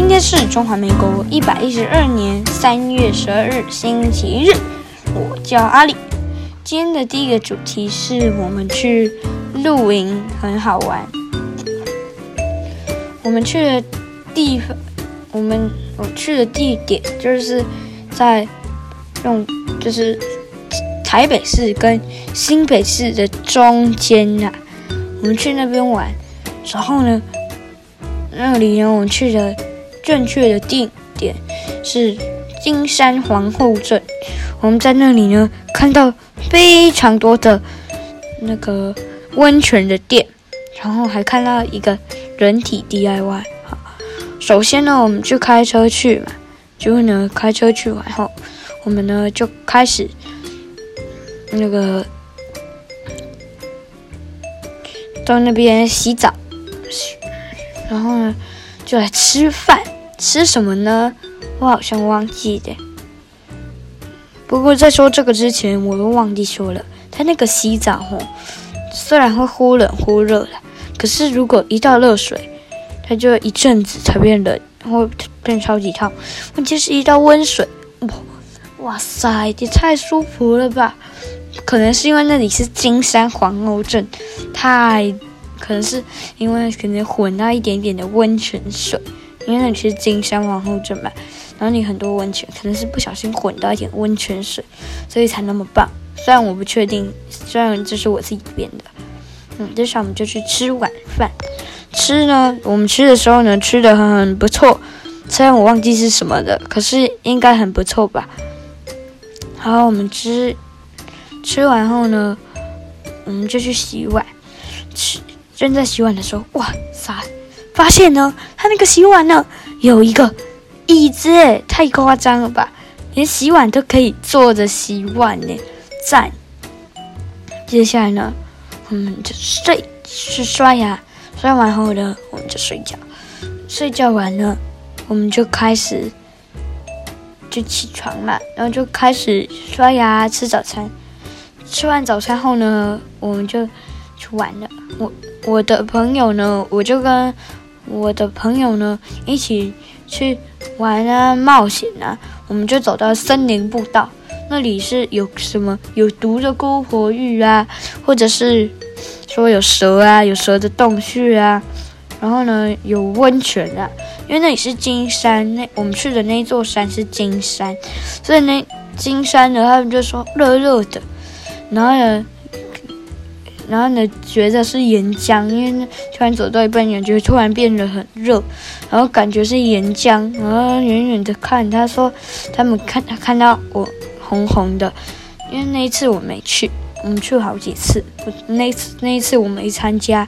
天是中华民国112年3月12日，星期日。我叫阿里。今天的第一个主题是我们去露营，很好玩。我去的地点就是在就是台北市跟新北市的中间啊。我们去那边玩，然后呢，那里呢，我们去的正确的地点是金山皇后镇。我们在那里呢，看到非常多的那个温泉的店，然后还看到一个人体 DIY。好，首先呢，我们就开车去嘛，结果呢，开车去完后，我们呢就开始到那边洗澡，然后呢就来吃饭。吃什么呢？我好像忘记的。不过在说这个之前，我都忘记说了。他那个洗澡虽然会忽冷忽热的，可是如果一倒热水，它就一阵子才变冷，会变超级烫。问题是一倒温水，哇塞，也太舒服了吧！可能是因为那里是金山皇后镇，可能是因为混到一点点的温泉水，因为那里是金山皇后镇嘛，然后你很多温泉，可能是不小心混到一点温泉水，所以才那么棒。虽然我不确定，虽然这是我自己编的。接下来我们就去吃晚饭。我们吃的时候呢，吃的很不错，虽然我忘记是什么的，可是应该很不错吧。好，我们吃完后呢，我们就去洗碗。正在洗碗的时候，哇塞，发现呢，他那个洗碗呢有一个椅子，太夸张了吧！连洗碗都可以坐着洗碗呢，赞！接下来呢，我们就刷牙，刷完后呢，我们就睡觉。睡觉完呢，我们就开始就起床嘛，然后就开始刷牙、吃早餐。吃完早餐后呢，我们就去玩了。我的朋友呢，我就跟我的朋友呢一起去玩啊，冒险啊。我们就走到森林步道，那里是有毒的姑婆芋啊，或者是说有蛇啊，有蛇的洞穴啊。然后呢，有温泉啊，因为那里是金山，我们去的那座山是金山，所以那金山呢，他们就说热热的，然后呢，觉得是岩浆，因为突然走到一半，感觉突然变得很热，然后感觉是岩浆，然后远远的看，他说他们看到我红红的，因为那一次我没去，我们去好几次，那一次我没参加，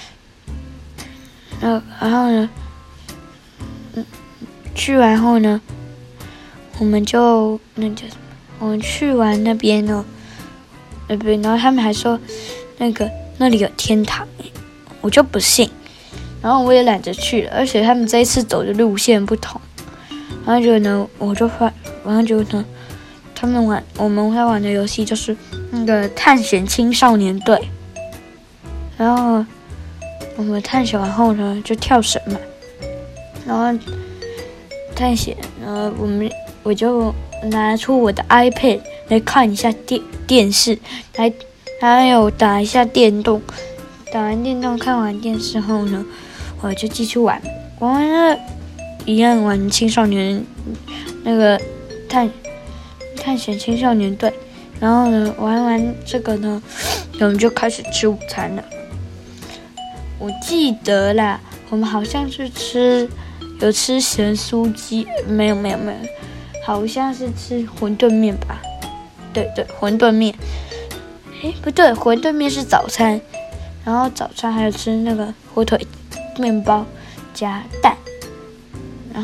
然后呢，去完后呢，我们就我们去完那边呢，然后他们还说那里有天堂，我就不信，然后我也懒得去了，而且他们这一次走的路线不同，然后就呢，我们在玩的游戏就是那个探险青少年队，然后我们探险完后呢就跳绳嘛，然后探险，我就拿出我的 iPad 来看一下电视，还有打一下电动。打完电动看完电视后呢，我就继续玩完了，一样玩青少年那个探险青少年队。然后呢，玩完这个呢，我们就开始吃午餐了。我记得啦，我们好像是有吃咸酥鸡，没有，好像是吃馄饨面吧？对，馄饨面。不对，馄饨面是早餐，然后早餐还有吃那个火腿面包加蛋，然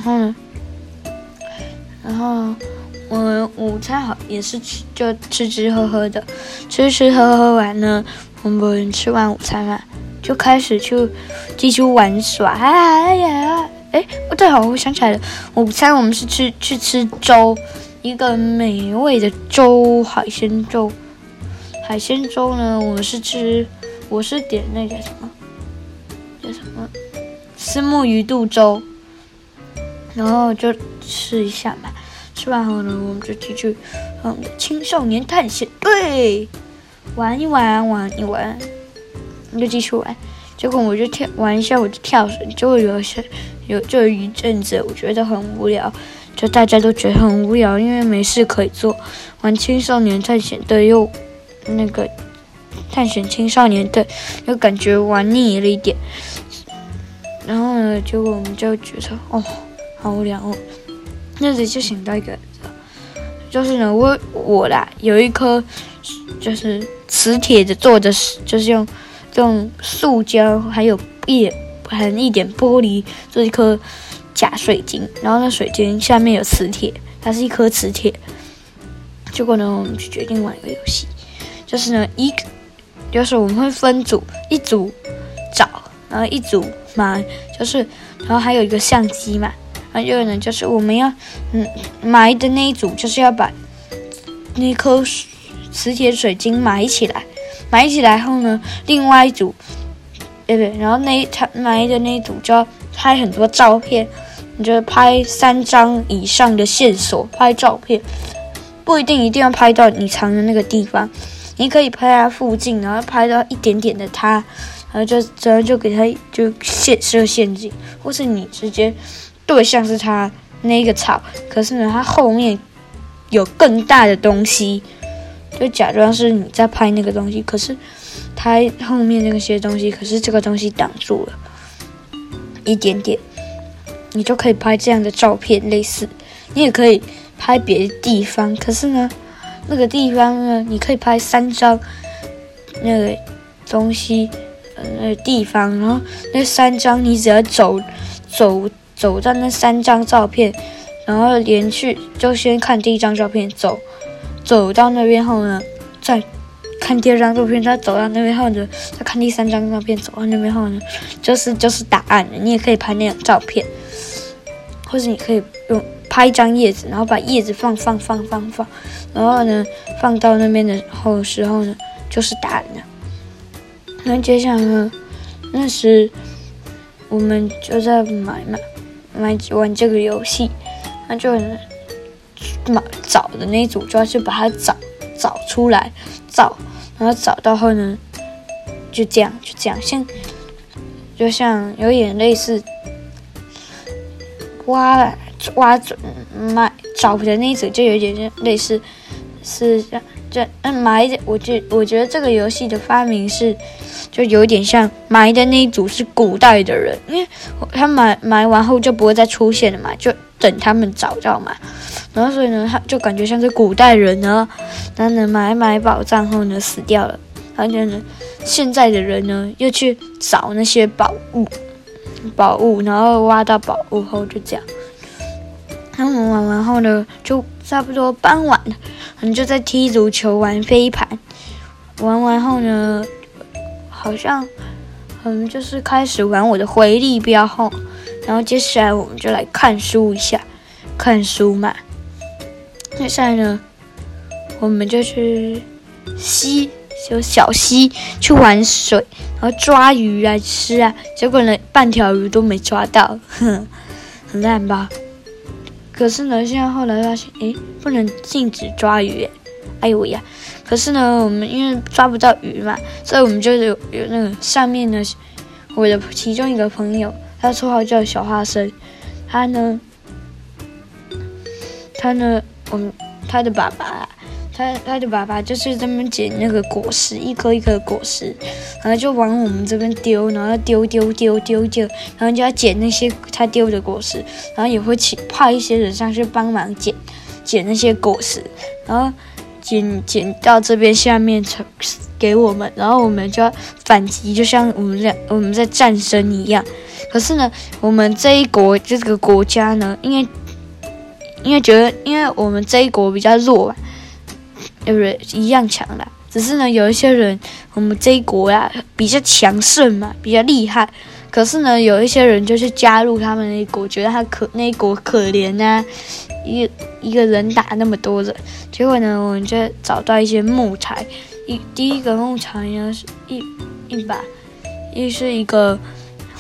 后我们午餐也是就吃喝喝的，吃喝完呢，我们吃完午餐嘛，就开始去继续玩耍。不对，我想起来了，午餐我们是去吃粥，一个美味的粥，海鲜粥。海鲜粥呢，我是点那个叫什么丝木鱼肚粥， 然后就吃一下嘛。吃完后呢，我们就继续青少年探险队玩一玩，我们就继续玩。结果我就玩一下，我就跳绳，结果有一阵子我觉得很无聊，就大家都觉得很无聊，因为没事可以做，玩青少年探险队又那个探险青少年队又感觉玩腻了一点。然后呢，结果我们就觉得好无聊哦。那时就想到一个，就是呢，我啦有一颗就是磁铁的做的，就是用塑胶还有一点玻璃做一颗假水晶，然后那水晶下面有磁铁，它是一颗磁铁。结果呢，我们就决定玩一个游戏，就是呢就是我们会分组，一组找，然后一组买，然后还有一个相机嘛。还有呢，就是我们要埋的那一组，就是要把那颗磁铁水晶埋起来后呢，另外一组，然后他埋的那一组就要拍很多照片，你就拍3张以上的线索拍照片，不一定要拍到你藏的那个地方，你可以拍它附近，然后拍到一点点的它，然后就给它就设陷阱，或是你直接对象是它那个草，可是呢，它后面有更大的东西，就假装是你在拍那个东西，可是它后面那些东西，可是这个东西挡住了一点点，你就可以拍这样的照片。类似，你也可以拍别的地方，可是呢，那个地方呢，你可以拍3张那个东西，那个地方，然后那3张你只要走到那3张照片，然后连续就先看第1张照片，走到那边后呢，再看第2张照片，再走到那边后呢，再看第3张照片，走到那边后呢，就是答案了。你也可以拍那张照片，或者你可以拍一张叶子，然后把叶子放，然后呢放到那边的时候呢，就是答案了。然后接下来呢，那时我们就在玩这个游戏，那就找的那一组就要去把它找出来，然后找到后呢，就这样，就像有点类似找的那一组，就有点类似是埋的。我觉得这个游戏的发明就有点像埋的那一组是古代的人，因为他埋完后就不会再出现了嘛，就等他们找到嘛。然后所以呢，他就感觉像是古代人呢，然后呢埋宝藏后呢死掉了，然后呢现在的人呢又去找那些宝物，然后挖到宝物后就这样。他们玩完后呢，就差不多傍晚了，我们就在踢足球、玩飞盘。玩完后呢，好像就是开始玩我的回力镖后，然后接下来我们就来看书一下，看书嘛。接下来呢，我们就去小溪去玩水，然后抓鱼来吃啊。结果呢，半条鱼都没抓到，很烂吧？可是呢，现在后来发现，不能禁止抓鱼，哎呦呀！可是呢，我们因为抓不到鱼嘛，所以我们就有那个上面呢，我的其中一个朋友，他的绰号叫小花生，他的爸爸就是这么捡那个果实，一颗一颗的果实，然后就往我们这边丢，然后丢，然后就要捡那些他丢的果实，然后也会派一些人上去帮忙捡那些果实，然后捡到这边下面给我们，然后我们就要反击，就像我们在战争一样。可是呢，我们这个国家呢，因为我们这一国比较弱嘛，对不对？一样强啦，只是呢，有一些人我们这一国呀比较强盛嘛，比较厉害。可是呢，有一些人就去加入他们那一国，觉得那一国可怜啊，一个人打那么多人。结果呢，我们就找到一些木材，第一个木材呢是一把，是一个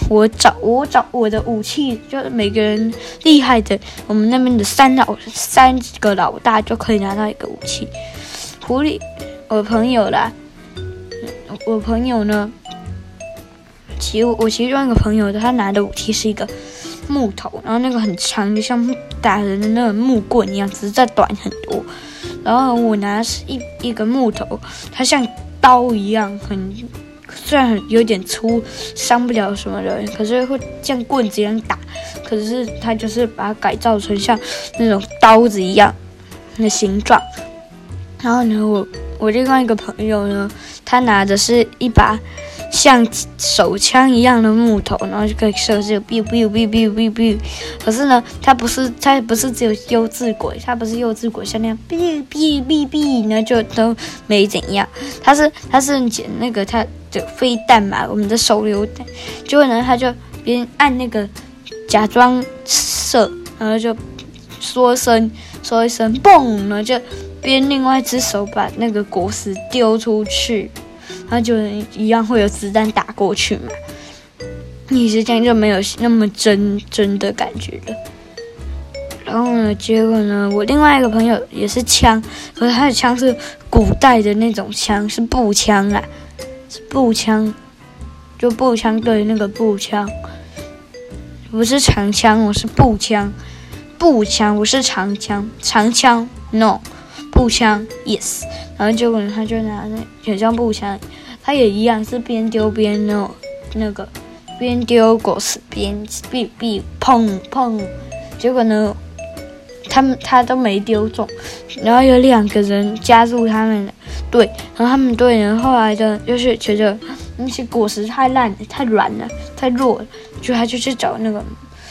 我找我的武器，就是每个人厉害的，我们那边的三个老大就可以拿到一个武器。狐狸，我朋友啦，我朋友呢，我其中一个朋友他拿的武器是一个木头，然后那个很长的，像打人的那个木棍一样，只是再短很多。然后我拿的是一个木头，它像刀一样，虽然有点粗，伤不了什么人，可是会像棍子一样打。可是它就是把它改造成像那种刀子一样的形状。然后呢，我另外一个朋友呢，他拿的是一把像手枪一样的木头，然后就可以射这个 biu biu biu biu biu biu。可是呢，它不是只有优质鬼，它不是幼稚鬼像那样 biu biu biu biu，呢就都没怎样。它是捡那个它的飞弹嘛，我们的手榴弹。结果呢，他就边按那个假装射，然后就说一声嘣，然后就边另外一只手把那个果实丢出去。然后就一样会有子弹打过去嘛，你是这样就没有那么真的感觉了。然后呢，结果呢，我另外一个朋友也是枪，可是他的枪是古代的那种枪，是步枪啦，是步枪，就步枪对那个步枪，不是长枪，我是步枪，步枪不是长枪，长枪 no， 步枪 yes。然后结果他就拿很像步枪，他也一样是边丢边那个边丢果实边砰砰，结果呢他都没丢中，然后有2个人加入他们队，然后他们队呢后来的就是觉得那些果实太烂了、太软了、太弱了，他就去找那个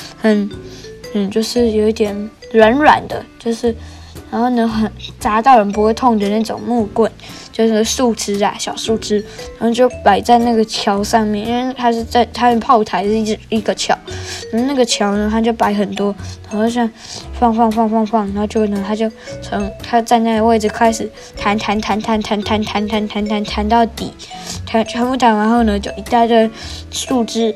就是有一点软的，就是然后呢很砸到人不会痛的那种木棍，就是树枝啊，小树枝，然后就摆在那个桥上面，因为它的炮台是一个桥，然后那个桥呢，它就摆很多，然后像放，然后就呢，他就从他站在的位置开始弹到底，全部弹完后呢，就一大堆树枝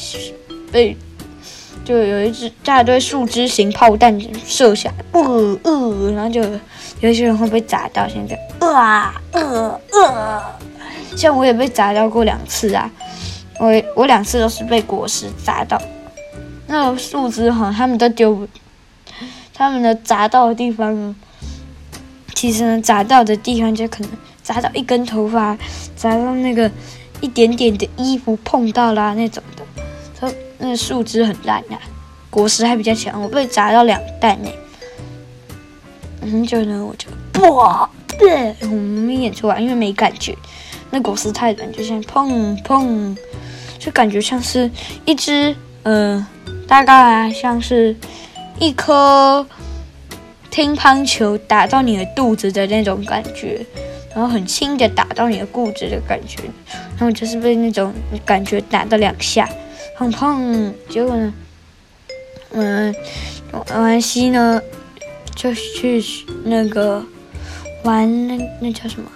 就有一大堆树枝型炮弹射下来，然后就有一些人会被砸到。现在，像我也被砸到过2次啊，我2次都是被果实砸到。那个树枝他们都丢不，他们的砸到的地方呢，其实呢砸到的地方就可能砸到一根头发，砸到那个一点点的衣服碰到啦那种的。那个树枝很烂啊，果实还比较强，我被砸到2弹呢。就呢，我就我没演出来，因为没感觉，那果实太软，就像砰砰，就感觉像是一只大概像是一颗乒乓球打到你的肚子的那种感觉，然后很轻的打到你的肚子的感觉，然后就是被那种感觉打到2下。砰砰，结果呢，玩完戏呢，就去那个玩那叫什么？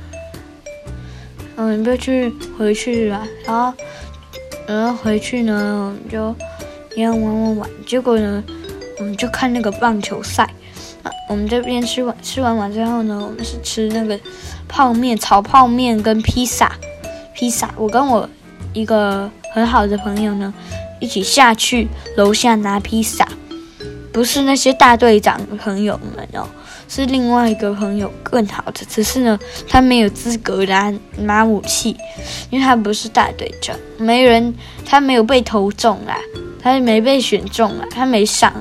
就回去了，然后回去呢，我们就一样玩。结果呢，我们就看那个棒球赛。我们这边吃完晚之后呢，我们是吃那个炒泡面跟披萨。我跟我一个很好的朋友呢，一起下去楼下拿披萨，不是那些大队长的朋友们哦，是另外一个朋友更好的，只是呢，他没有资格拿武器，因为他不是大队长，他没有被投中啦，他没被选中啦，他没上，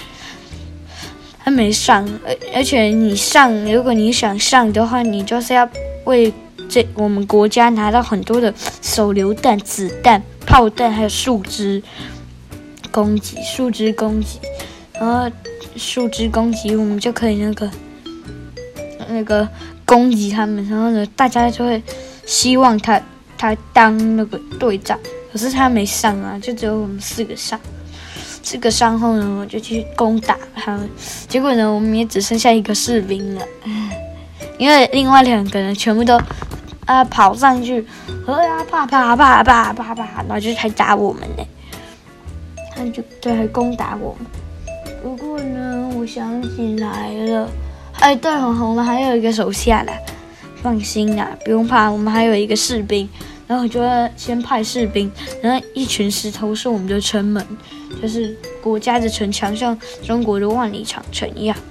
而且如果你想上的话，你就是要为我们国家拿到很多的手榴弹、子弹、炮弹，还有树枝攻击，然后树枝攻击，我们就可以那个攻击他们，然后呢，大家就会希望他当那个队长，可是他没上啊，就只有我们4个上。4个上后呢，我就去攻打他们，结果呢，我们也只剩下1个士兵了，因为另外2个人全部都跑上去，啪，然后就还打我们呢，他就还攻打我们。不过呢，我想起来了，对，我们还有一个手下啦，放心啦，不用怕，我们还有一个士兵。然后我就要先派士兵，然后一群石头是我们的城门，就是国家的城墙，像中国的万里长城一样。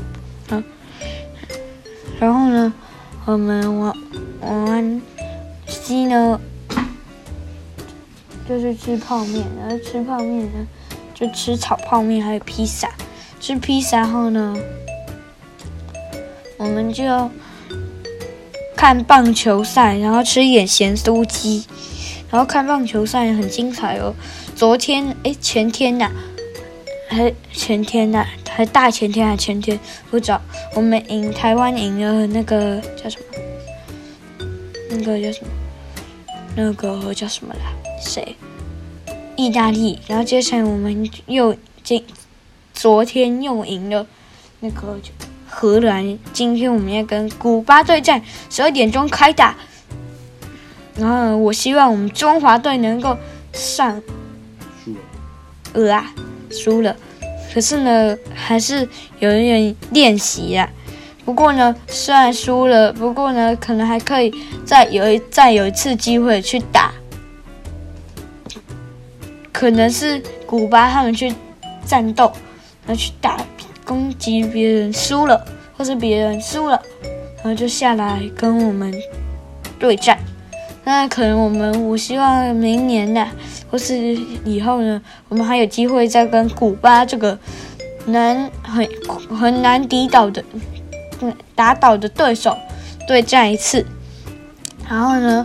然后呢，我们玩完西呢，就是吃泡面，然后吃泡面呢，就吃炒泡面还有披萨。吃披萨后呢，我们就看棒球赛，然后吃一点咸酥鸡，然后看棒球赛很精彩哦。前天呐，还大前天还前天，不知道。我们台湾赢了那个叫什么？那个叫什么啦？谁？意大利。然后接下来我们昨天又赢了那个荷兰。今天我们要跟古巴对战，12点钟开打。然后我希望我们中华队能够上。输了。可是呢，还是有一点练习啊。不过呢，虽然输了，不过呢，可能还可以再有一次机会去打。可能是古巴他们去战斗，然后去攻击别人输了，或是别人输了，然后就下来跟我们对战。那可能我希望明年呢，或是以后呢，我们还有机会再跟古巴这个很难打倒的对手对战一次。然后呢，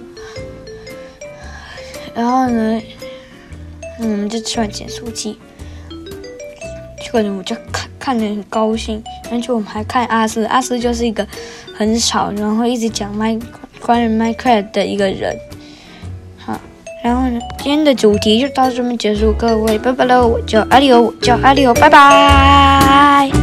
我们就吃完咸酥鸡，结果呢，我就看得很高兴。而且我们还看阿斯就是一个很吵，然后一直讲关于 Minecraft 的一个人。好，然后呢，今天的主题就到这边结束，各位拜拜喽！我叫阿里欧，拜拜。